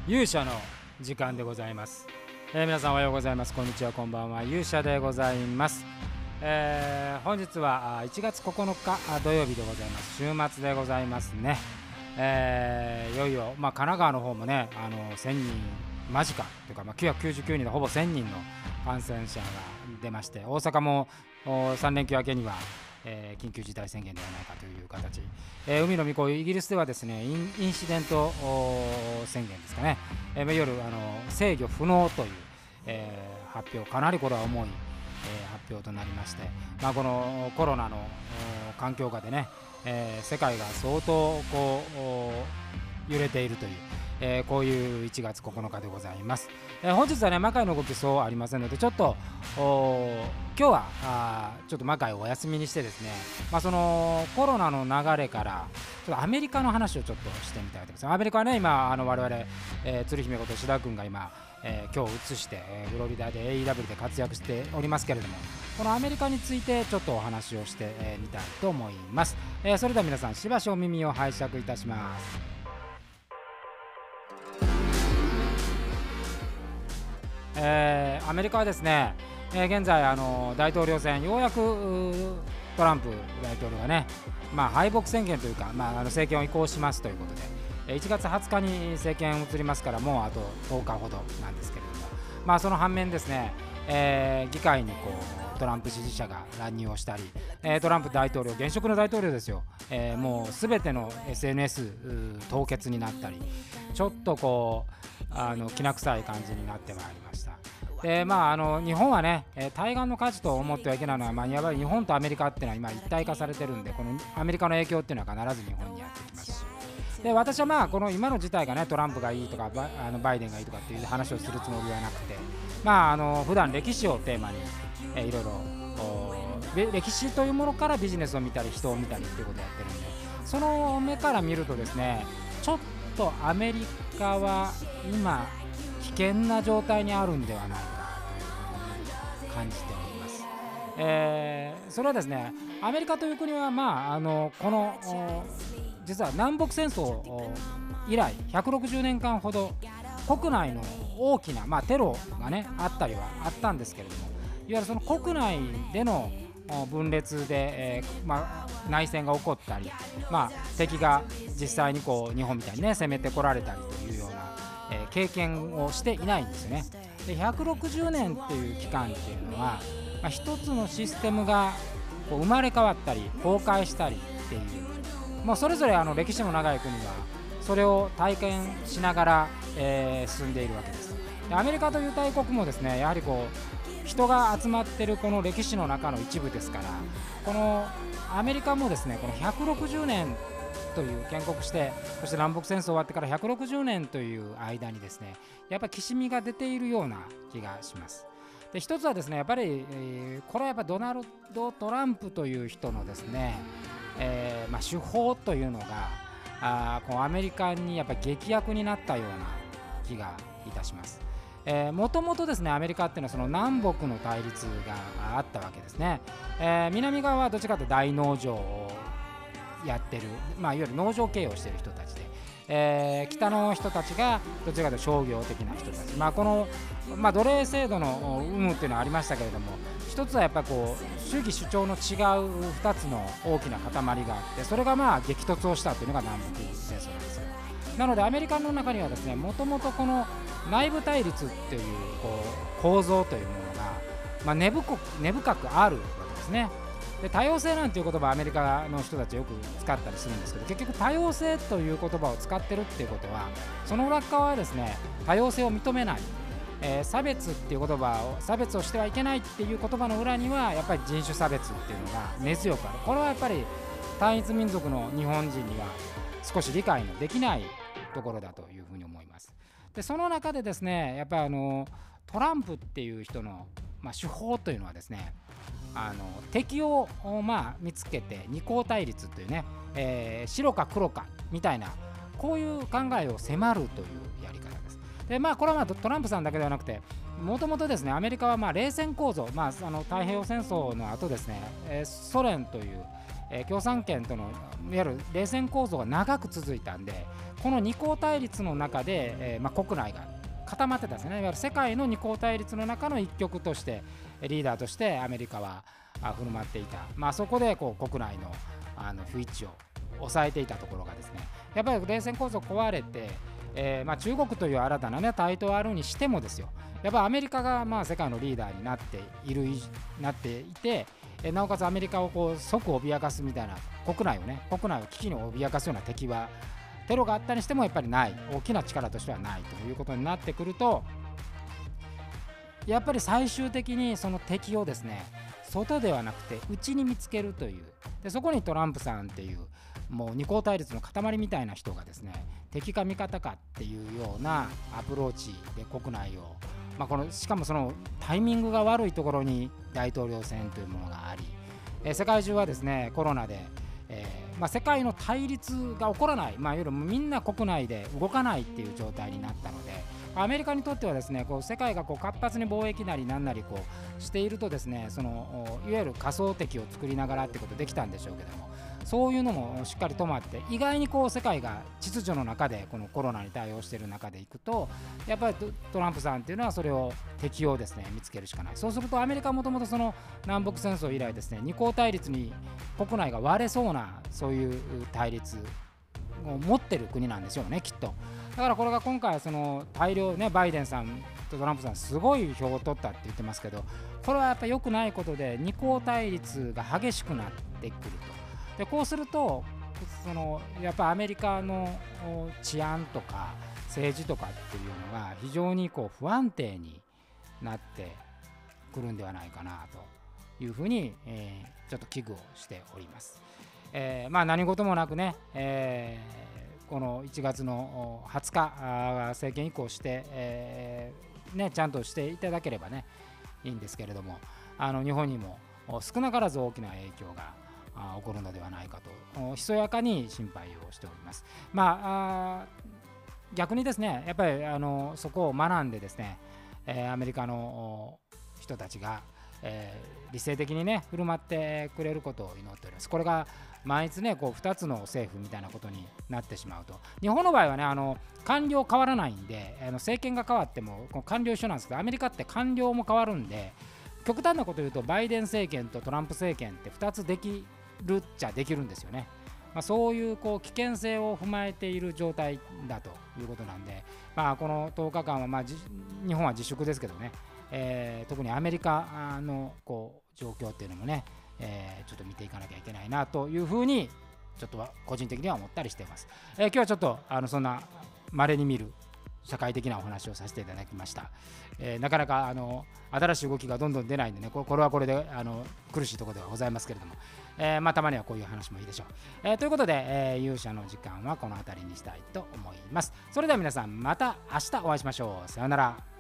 勇者の時間でございます。皆さんおはようございます。こんにちは、こんばんは。勇者でございます。本日は1月9日土曜日でございます。週末でございますね。いよいよ、神奈川の方もね、1000人間近というか、999人でほぼ1000人の感染者が出まして、大阪も3連休明けには緊急事態宣言ではないかという形、海の向こうイギリスではですね、インシデント宣言ですかね、いわゆる制御不能という、発表、かなりこれは重い、発表となりまして、このコロナの環境下でね、世界が相当揺れているという、こういう1月9日でございます。本日はね、魔界の動きそうありませんので、ちょっと今日はちょっと魔界をお休みにしてですね、そのコロナの流れからちょっとアメリカの話をちょっとしてみたいと思います。アメリカはね、今我々、鶴姫こと志田君が今、今日移して、フロリダで AEW で活躍しておりますけれども、このアメリカについてちょっとお話をしてみたいと思います。それでは皆さんしばしお耳を拝借いたします。アメリカはですね、現在大統領選、ようやくトランプ大統領がね、敗北宣言というか、政権を移行しますということで、1月20日に政権移りますから、もうあと10日ほどなんですけれども、その反面ですね、議会にトランプ支持者が乱入をしたり、トランプ大統領、現職の大統領ですよ、もうすべての SNS 凍結になったり、ちょっときな臭い感じになってまいりました。で日本はね、対岸の火事と思ってはいけないのは、やばい日本とアメリカっていうのは今一体化されてるんで、このアメリカの影響っていうのは必ず日本にやってきますし、で私はこの今の事態がね、トランプがいいとかバイデンがいいとかっていう話をするつもりはなくて、普段歴史をテーマに、いろいろ歴史というものからビジネスを見たり人を見たりっていうことをやってるんで、その目から見るとですね、ちょっとアメリカは今危険な状態にあるんではないかというふうに感じております。それはですね、アメリカという国はこの実は南北戦争以来160年間ほど国内の大きな、テロがねあったりはあったんですけれども、いわゆるその国内での分裂で、内戦が起こったり、敵が実際に日本みたいにね攻めてこられたりというような、経験をしていないんですよね。で160年っていう期間っていうのは、一つのシステムが生まれ変わったり崩壊したりっていう、もうそれぞれ歴史の長い国はそれを体験しながら、進んでいるわけです。でアメリカという大国もですね、やはり人が集まっているこの歴史の中の一部ですから、このアメリカもですね、この160年という建国して、そして南北戦争終わってから160年という間にですね、やっぱりきしみが出ているような気がします。で一つはですね、やっぱり、これはやっぱドナルド・トランプという人のですね、手法というのがこうアメリカにやっぱり劇薬になったような気がいたします。もともとですね、アメリカっていうのはその南北の対立があったわけですね。南側はどちらかというと大農場をやってる、いわゆる農場経営をしている人たちで、北の人たちがどちらかというと商業的な人たち、この、奴隷制度の有無っていうのはありましたけれども、一つはやっぱり主義主張の違う2つの大きな塊があって、それが激突をしたというのが南北戦争なんですよ。なのでアメリカの中にはですね、もともとこの内部対立っていう構造というものが、根深くあるわけですね。で多様性なんていう言葉はアメリカの人たちよく使ったりするんですけど、結局多様性という言葉を使ってるっていうことは、その裏側はですね、多様性を認めない、差別っていう言葉を、差別をしてはいけないっていう言葉の裏にはやっぱり人種差別っていうのが根強くある。これはやっぱり単一民族の日本人には少し理解のできないところだというふうに思います。でその中でですね、やっぱりトランプっていう人の、手法というのはですね、敵を、見つけて二項対立というね、白か黒かみたいな、こういう考えを迫るというやり方です。でこれはトランプさんだけではなくて、もともとですね、アメリカは冷戦構造、太平洋戦争の後ですね、ソ連という共産圏とのいわゆる冷戦構造が長く続いたんで、 この二項対立の中で、国内が固まってたんですね。いわゆる世界の二項対立の中の一極としてリーダーとしてアメリカは振る舞っていた、そこでこう国内の不一致を抑えていたところがですね、やっぱり冷戦構造壊れて、中国という新たな、対等あるにしてもですよ、やっぱりアメリカが世界のリーダーになっていて、なおかつアメリカをこう即脅かすみたいな国内を危機に脅かすような敵はテロがあったにしてもやっぱりない、大きな力としてはないということになってくると、やっぱり最終的にその敵をですね、外ではなくて内に見つけるという、でそこにトランプさんっていうもう二項対立の塊みたいな人がですね、敵か味方かっていうようなアプローチで国内を、しかもそのタイミングが悪いところに大統領選というものがあり、世界中はですねコロナで、世界の対立が起こらない、いわゆるみんな国内で動かないっていう状態になったので、アメリカにとってはですね、こう世界がこう活発に貿易なりなんなりこうしているとですね、そのいわゆる仮想敵を作りながらってことできたんでしょうけども、そういうのもしっかり止まって、意外にこう世界が秩序の中でこのコロナに対応している中でいくと、やっぱりトランプさんっていうのはそれを敵をですね見つけるしかない。そうするとアメリカはもともとその南北戦争以来ですね、二項対立に国内が割れそうなそういう対立を持ってる国なんですよね、きっと。だからこれが今回その大量ね、バイデンさんとトランプさんすごい票を取ったって言ってますけど、これはやっぱり良くないことで、二項対立が激しくなってくると。でこうするとそのやっぱアメリカの治安とか政治とかっていうのが非常にこう不安定になってくるんではないかなというふうに、ちょっと危惧をしております。何事もなくね、この1月の20日政権移行して、ちゃんとしていただければねいいんですけれども、日本にも少なからず大きな影響が起こるのではないかとひそやかに心配をしております。逆にですね、やっぱりそこを学んでですね、アメリカの人たちが、理性的にね振る舞ってくれることを祈っております。これが毎日ねこう2つの政府みたいなことになってしまうと、日本の場合はね官僚変わらないんで、政権が変わっても官僚一緒なんですけど、アメリカって官僚も変わるんで、極端なこと言うとバイデン政権とトランプ政権って2つできるっちゃできるんですよね。そういうこう危険性を踏まえている状態だということなんで、この10日間は日本は自粛ですけどね、特にアメリカのこう状況っていうのもね、ちょっと見ていかなきゃいけないなというふうにちょっとは個人的には思ったりしています。今日はちょっとそんな稀に見る社会的なお話をさせていただきました。なかなか新しい動きがどんどん出ないんでね、これはこれで苦しいところではございますけれども、たまにはこういう話もいいでしょう。ということで、勇者の時間はこの辺りにしたいと思います。それでは皆さんまた明日お会いしましょう。さようなら。